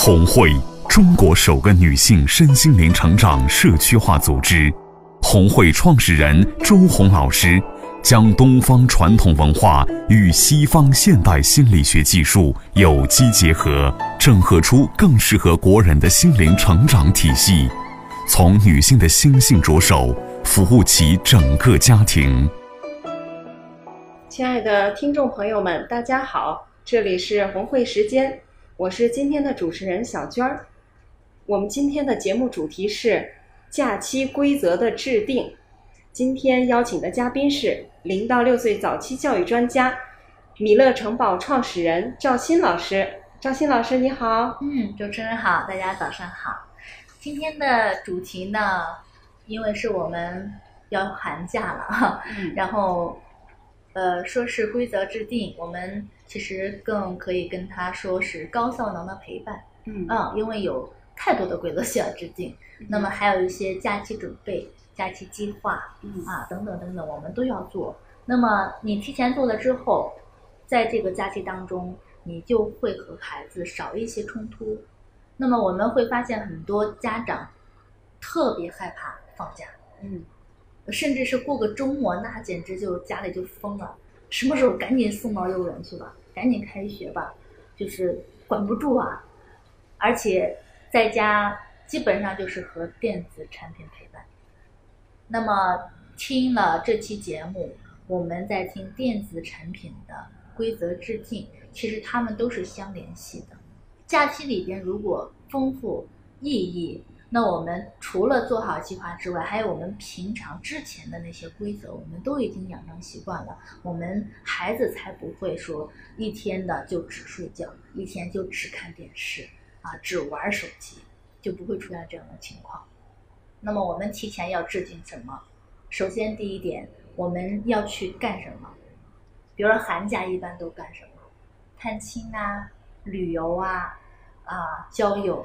红会，中国首个女性身心灵成长社区化组织。红会创始人周红老师将东方传统文化与西方现代心理学技术有机结合，整合出更适合国人的心灵成长体系，从女性的心性着手，服务其整个家庭。 亲爱的听众朋友们，大家好，这里是红会时间，我是今天的主持人小娟儿。我们今天的节目主题是假期规则的制定。今天邀请的嘉宾是0到6岁早期教育专家、米乐城堡创始人赵鑫老师。赵鑫老师你好。 主持人好，大家早上好。今天的主题呢，因为是我们要寒假了，然后说是规则制定，我们其实更可以跟他说是高效能的陪伴。因为有太多的规则需要制定，那么还有一些假期准备、假期计划等等等等，我们都要做。那么你提前做了之后，在这个假期当中，你就会和孩子少一些冲突。那么我们会发现很多家长特别害怕放假，甚至是过个周末，那简直就家里就疯了，什么时候赶紧送到幼儿园去吧，赶紧开学吧，就是管不住啊。而且在家基本上就是和电子产品陪伴。那么听了这期节目，我们在听电子产品的规则制定，其实它们都是相联系的。假期里边如果丰富意义，那我们除了做好计划之外，还有我们平常之前的那些规则，我们都已经养成习惯了，我们孩子才不会说一天的就只睡觉，一天就只看电视只玩手机，就不会出现这样的情况。那么我们提前要制定什么？首先第一点，我们要去干什么？比如说寒假一般都干什么？探亲旅游交友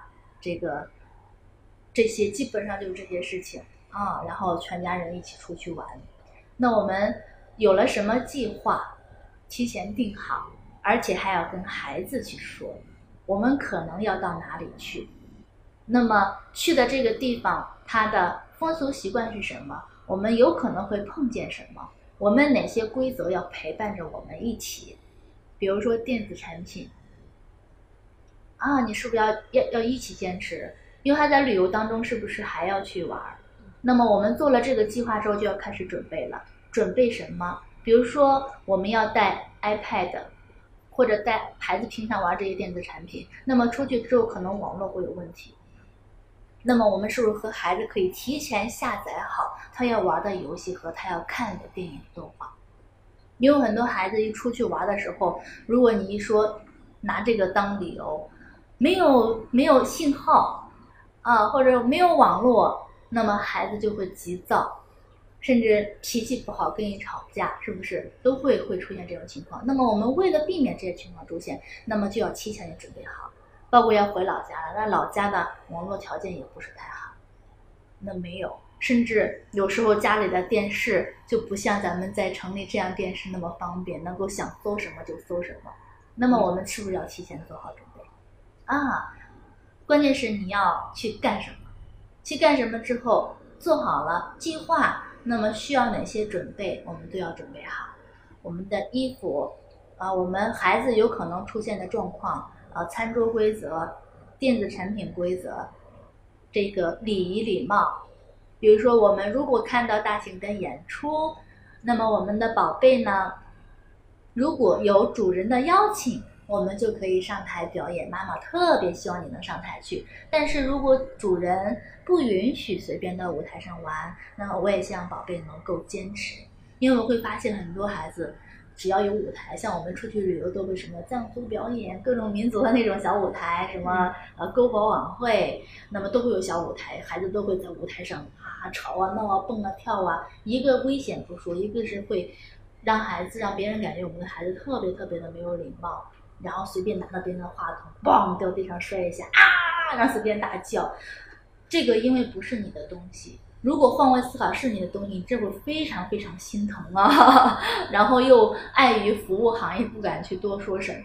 这些基本上就是这些事情然后全家人一起出去玩。那我们有了什么计划，提前定好，而且还要跟孩子去说我们可能要到哪里去，那么去的这个地方它的风俗习惯是什么，我们有可能会碰见什么，我们哪些规则要陪伴着我们一起。比如说电子产品你是不是要一起坚持，因为他在旅游当中是不是还要去玩。那么我们做了这个计划之后就要开始准备了。准备什么？比如说我们要带 iPad，或者带孩子平常玩这些电子产品，那么出去之后可能网络会有问题，那么我们是不是和孩子可以提前下载好他要玩的游戏和他要看的电影动画。因为很多孩子一出去玩的时候，如果你一说拿这个当理由，没有信号或者没有网络，那么孩子就会急躁，甚至脾气不好跟你吵架，是不是都会出现这种情况。那么我们为了避免这些情况出现，那么就要提前准备好，包括要回老家了，那老家的网络条件也不是太好，那没有，甚至有时候家里的电视就不像咱们在城里这样电视那么方便，能够想搜什么就搜什么。那么我们是不是要提前做好准备关键是你要去干什么，去干什么之后做好了计划，那么需要哪些准备我们都要准备好。我们的衣服我们孩子有可能出现的状况餐桌规则、电子产品规则，这个礼仪礼貌。比如说我们如果看到大型的演出，那么我们的宝贝呢，如果有主人的邀请，我们就可以上台表演，妈妈特别希望你能上台去。但是如果主人不允许随便到舞台上玩，那么我也希望宝贝能够坚持。因为我会发现很多孩子只要有舞台，像我们出去旅游都会什么藏族表演，各种民族的那种小舞台，什么篝火晚会，那么都会有小舞台，孩子都会在舞台上吵闹蹦跳一个危险不说，一个是会让别人感觉我们的孩子特别特别的没有礼貌，然后随便拿到别人的话筒嘣掉地上摔一下然后随便大叫。这个因为不是你的东西，如果换位思考是你的东西，你这会非常非常心疼然后又碍于服务行业不敢去多说什么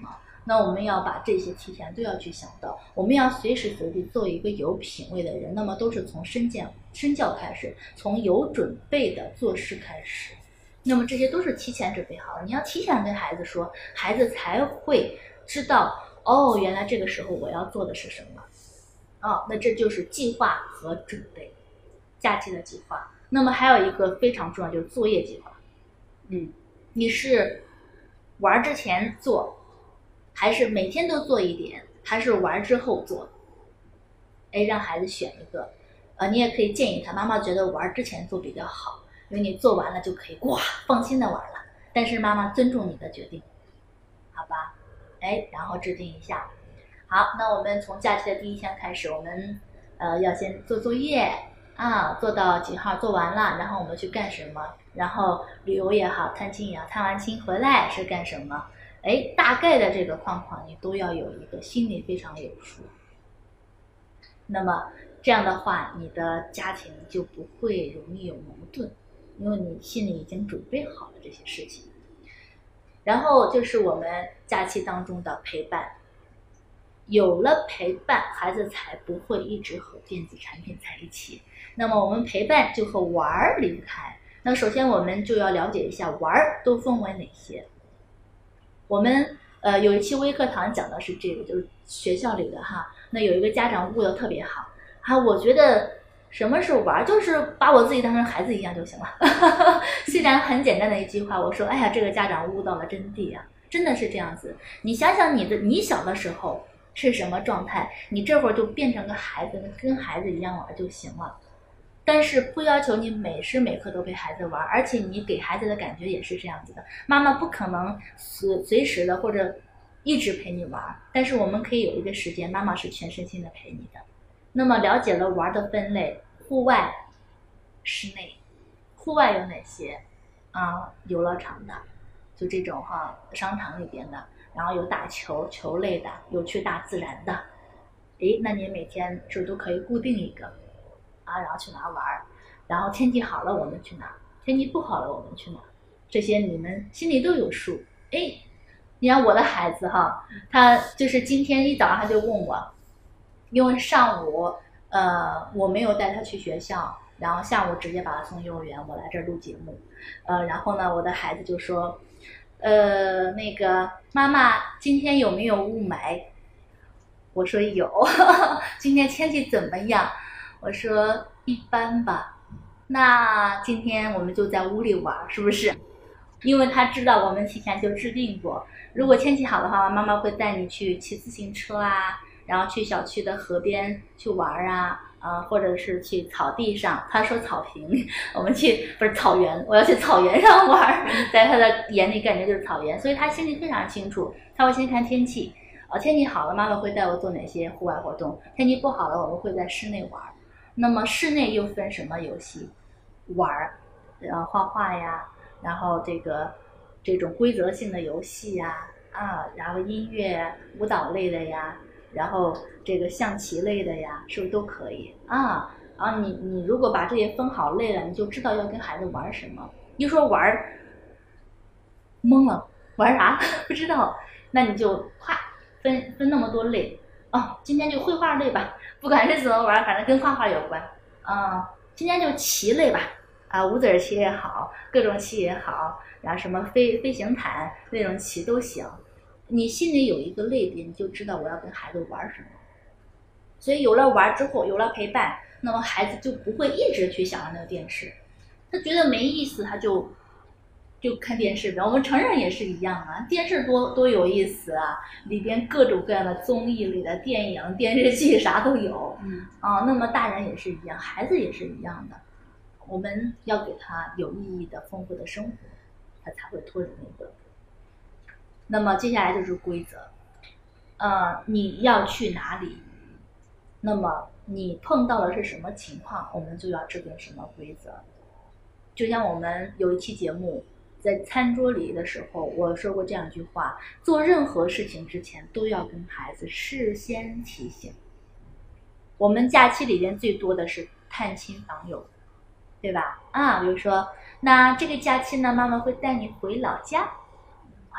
那我们要把这些提前都要去想到，我们要随时随地做一个有品位的人，那么都是从身教开始，从有准备的做事开始，那么这些都是提前准备好的。你要提前跟孩子说，孩子才会知道，哦，原来这个时候我要做的是什么。那这就是计划和准备，假期的计划。那么还有一个非常重要，就是作业计划。你是玩之前做，还是每天都做一点，还是玩之后做？让孩子选一个。你也可以建议他，妈妈觉得玩之前做比较好，因为你做完了就可以放心的玩了。但是妈妈尊重你的决定，好吧？然后制定一下。好，那我们从假期的第一天开始，我们要先做作业做到几号做完了，然后我们去干什么，然后旅游也好，探亲也好，探完亲回来是干什么，大概的这个框框你都要有一个心里非常有数。那么这样的话，你的家庭就不会容易有矛盾，因为你心里已经准备好了这些事情。然后就是我们假期当中的陪伴，有了陪伴，孩子才不会一直和电子产品在一起。那么我们陪伴就和玩离不开。那首先我们就要了解一下玩都分为哪些。我们有一期微课堂讲的是这个，就是学校里的那有一个家长悟得特别好我觉得什么是玩，就是把我自己当成孩子一样就行了虽然很简单的一句话，我说这个家长悟到了真谛真的是这样子。你想想你小的时候是什么状态，你这会儿就变成个孩子，跟孩子一样玩就行了。但是不要求你每时每刻都陪孩子玩，而且你给孩子的感觉也是这样子的，妈妈不可能随时的或者一直陪你玩，但是我们可以有一个时间，妈妈是全身心的陪你的。那么了解了玩的分类，户外、室内。户外有哪些游乐场的，就这种商场里边的，然后有打球类的，有去大自然的。那你每天是不是都可以固定一个然后去哪玩，然后天气好了我们去哪，天气不好了我们去哪，这些你们心里都有数。你看我的孩子他就是今天一早上他就问我，因为上午我没有带他去学校，然后下午直接把他送幼儿园，我来这儿录节目。然后呢我的孩子就说那个妈妈今天有没有雾霾？我说有今天天气怎么样？我说一般吧。那今天我们就在屋里玩，是不是？因为他知道我们提前就制定过，如果天气好的话，妈妈会带你去骑自行车然后去小区的河边去玩或者是去草地上，他说草坪，我们去不是草原，我要去草原上玩，在他的眼里感觉就是草原，所以他心里非常清楚，他会先看天气天气好了妈妈会带我做哪些户外活动，天气不好了我们会在室内玩。那么室内又分什么游戏玩，画画然后这种规则性的游戏然后音乐舞蹈类的然后这个象棋类的是不是都可以你如果把这些分好类了，你就知道要跟孩子玩什么。你说玩懵了，玩啥不知道，那你就分那么多类今天就绘画类吧，不管是怎么玩，反正跟画画有关今天就棋类吧五子棋也好，各种棋也好，然后什么飞行毯那种棋都行，你心里有一个类别，你就知道我要跟孩子玩什么。所以有了玩之后，有了陪伴，那么孩子就不会一直去想着那个电视，他觉得没意思，他就看电视呗。我们成人也是一样电视多有意思里边各种各样的综艺类的电影电视剧啥都有那么大人也是一样，孩子也是一样的，我们要给他有意义的丰富的生活，他才会脱颖而出。那么接下来就是规则你要去哪里，那么你碰到的是什么情况，我们就要制定什么规则。就像我们有一期节目在餐桌里的时候，我说过这样一句话，做任何事情之前都要跟孩子事先提醒。我们假期里边最多的是探亲访友，对吧比如说那这个假期呢，妈妈会带你回老家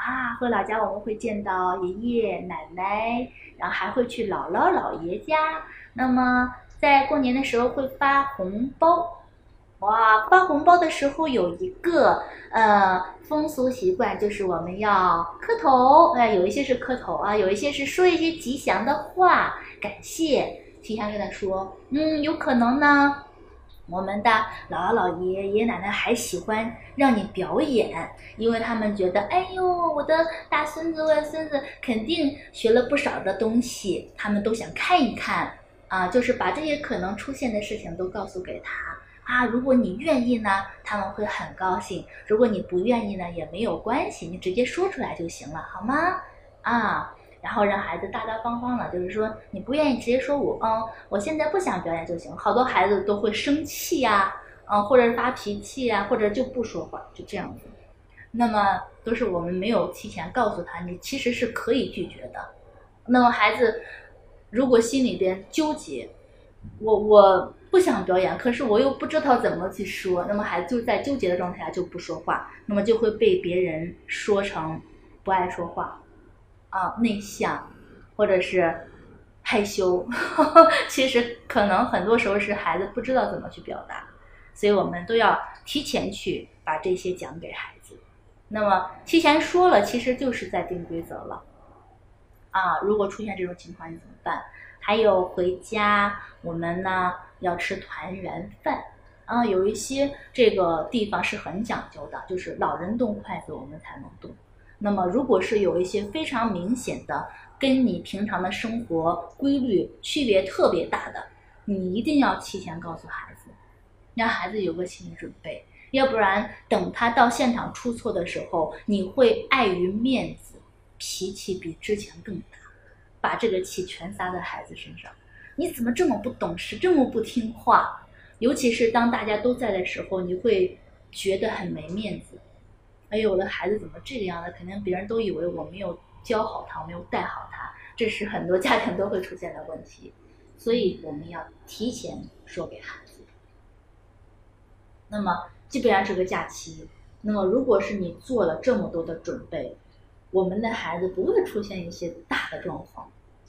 啊，回老家我们会见到爷爷奶奶，然后还会去姥姥姥爷家。那么在过年的时候会发红包。哇，发红包的时候有一个风俗习惯，就是我们要磕头，有一些是磕头啊，有一些是说一些吉祥的话，感谢，提前跟他说，有可能呢，我们的姥姥姥爷爷爷奶奶还喜欢让你表演，因为他们觉得，哎呦，我的大孙子外孙子肯定学了不少的东西，他们都想看一看啊，就是把这些可能出现的事情都告诉给他。啊，如果你愿意呢，他们会很高兴；如果你不愿意呢，也没有关系，你直接说出来就行了，好吗？啊，然后让孩子大大方方的，就是说你不愿意直接说我现在不想表演就行。好多孩子都会生气呀，或者是发脾气呀，或者就不说话，就这样子。那么都是我们没有提前告诉他，你其实是可以拒绝的。那么孩子如果心里边纠结，我不想表演，可是我又不知道怎么去说，那么孩子就在纠结的状态下就不说话，那么就会被别人说成不爱说话啊，内向或者是害羞其实可能很多时候是孩子不知道怎么去表达，所以我们都要提前去把这些讲给孩子。那么提前说了，其实就是在定规则了啊。如果出现这种情况你怎么办？还有回家我们呢要吃团圆饭啊，有一些这个地方是很讲究的，就是老人动筷子我们才能动。那么如果是有一些非常明显的跟你平常的生活规律区别特别大的，你一定要提前告诉孩子，让孩子有个心理准备，要不然等他到现场出错的时候，你会碍于面子，脾气比之前更大，把这个气全撒在孩子身上。你怎么这么不懂事，这么不听话？尤其是当大家都在的时候，你会觉得很没面子。哎呦，我的孩子怎么这个样子？肯定别人都以为我没有教好他，我没有带好他，这是很多家庭都会出现的问题。所以我们要提前说给孩子。那么基本上是个假期，那么如果是你做了这么多的准备，我们的孩子不会出现一些大的状况。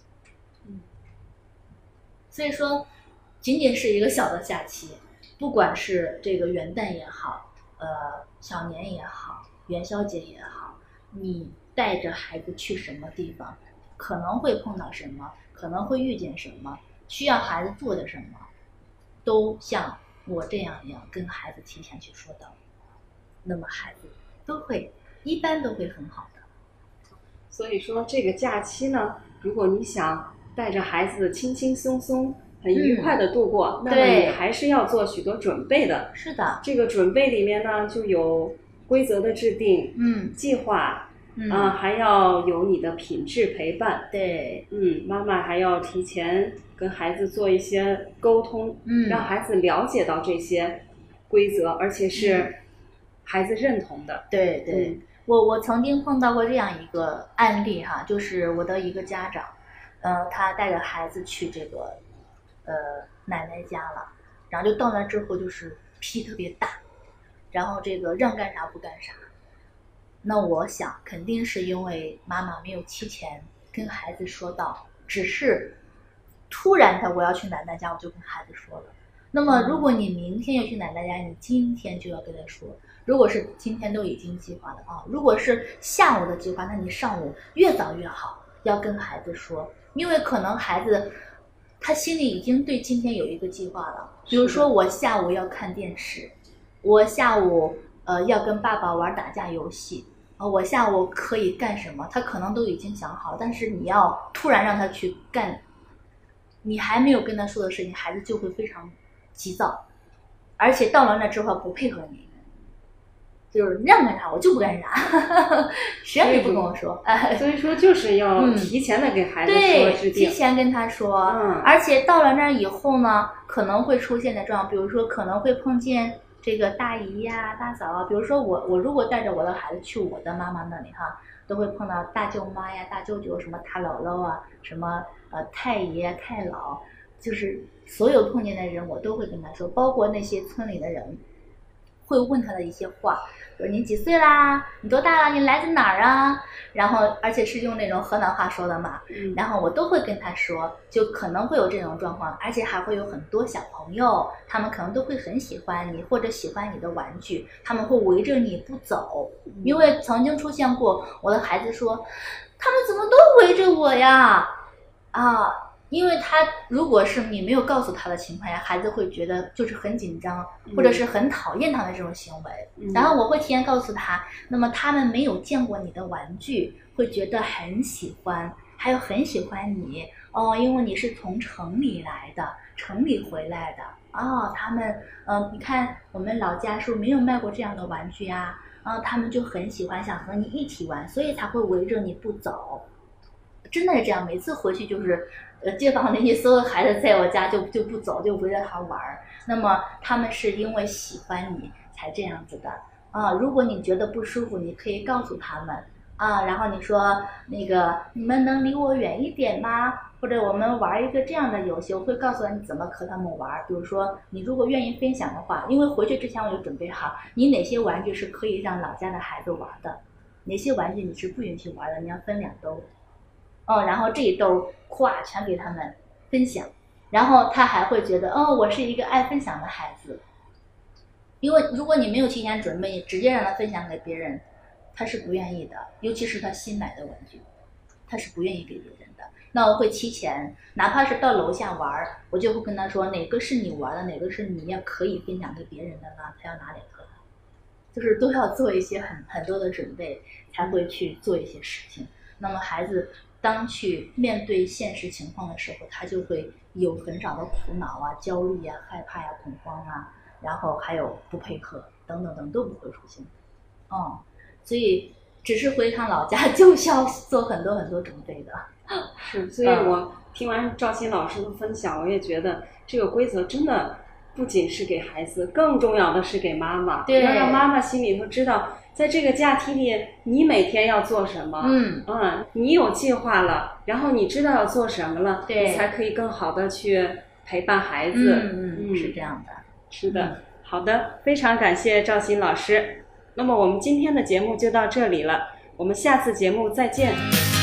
所以说仅仅是一个小的假期，不管是这个元旦也好，小年也好，元宵节也好，你带着孩子去什么地方，可能会碰到什么，可能会遇见什么，需要孩子做的什么，都像我这样一样跟孩子提前去说到，那么孩子一般都会很好的。 所以说这个假期呢，如果你想带着孩子轻轻松松很愉快的度过，那么你还是要做许多准备的。 是的， 这个准备里面呢，就有规则的制定，计划，还要有你的品质陪伴。 对， 妈妈还要提前跟孩子做一些沟通，让孩子了解到这些规则，而且是孩子认同的。 对对，我曾经碰到过这样一个案例哈，就是我的一个家长，他带着孩子去这个奶奶家了，然后就到那之后就是脾气特别大，然后这个让干啥不干啥。那我想肯定是因为妈妈没有提前跟孩子说到，只是突然我要去奶奶家，我就跟孩子说了。那么如果你明天要去奶奶家，你今天就要跟他说。如果是今天都已经计划了啊，如果是下午的计划，那你上午越早越好，要跟孩子说，因为可能孩子他心里已经对今天有一个计划了。比如说我下午要看电视，我下午要跟爸爸玩打架游戏，我下午可以干什么，他可能都已经想好，但是你要突然让他去干你还没有跟他说的事情，孩子就会非常急躁，而且到了那之后不配合你，就是让干啥我就不干啥谁也不跟我说。 所以说就是要提前的给孩子说制定， 提前跟他说，而且到了那儿以后呢，可能会出现的状况，比如说可能会碰见这个大姨呀、大嫂啊，比如说我如果带着我的孩子去我的妈妈那里哈，都会碰到大舅妈呀、大舅舅、什么大姥姥啊、什么太爷太姥，就是所有碰见的人我都会跟他说，包括那些村里的人， 会问他的一些话，比如你几岁啦，你多大了，你来自哪儿啊，然后而且是用那种河南话说的嘛，然后我都会跟他说，就可能会有这种状况，而且还会有很多小朋友，他们可能都会很喜欢你，或者喜欢你的玩具，他们会围着你不走，因为曾经出现过我的孩子说，他们怎么都围着我呀因为他如果是你没有告诉他的情况下，孩子会觉得就是很紧张，或者是很讨厌他的这种行为，然后我会提前告诉他，那么他们没有见过你的玩具，会觉得很喜欢，还有很喜欢你因为你是从城里来的，城里回来的他们你看我们老家是不是没有卖过这样的玩具啊，他们就很喜欢，想和你一起玩，所以才会围着你不走。真的是这样，每次回去就是街坊邻居所有孩子在我家就不走，就围着他玩。那么他们是因为喜欢你才这样子的如果你觉得不舒服，你可以告诉他们然后你说那个你们能离我远一点吗？或者我们玩一个这样的游戏，我会告诉你怎么和他们玩。比如说你如果愿意分享的话，因为回去之前我就准备好你哪些玩具是可以让老家的孩子玩的，哪些玩具你是不允许玩的，你要分2兜然后这一兜全给他们分享，然后他还会觉得我是一个爱分享的孩子。因为如果你没有提前准备，你直接让他分享给别人，他是不愿意的，尤其是他新买的玩具，他是不愿意给别人的。那我会提前，哪怕是到楼下玩，我就会跟他说哪个是你玩的，哪个是你要可以分享给别人的呢？他要拿2个，就是都要做一些很多的准备，才会去做一些事情。那么孩子当去面对现实情况的时候，他就会有很少的苦恼焦虑害怕恐慌然后还有不配合等等等都不会出现所以只是回一趟老家就需要做很多很多准备的。 是，所以我听完赵鑫老师的分享，我也觉得这个规则真的不仅是给孩子，更重要的是给妈妈， 对， 要让妈妈心里头知道在这个假期里你每天要做什么你有计划了，然后你知道要做什么了， 对， 你才可以更好的去陪伴孩子是这样的。 是的好的，非常感谢赵鑫老师。那么我们今天的节目就到这里了，我们下次节目再见。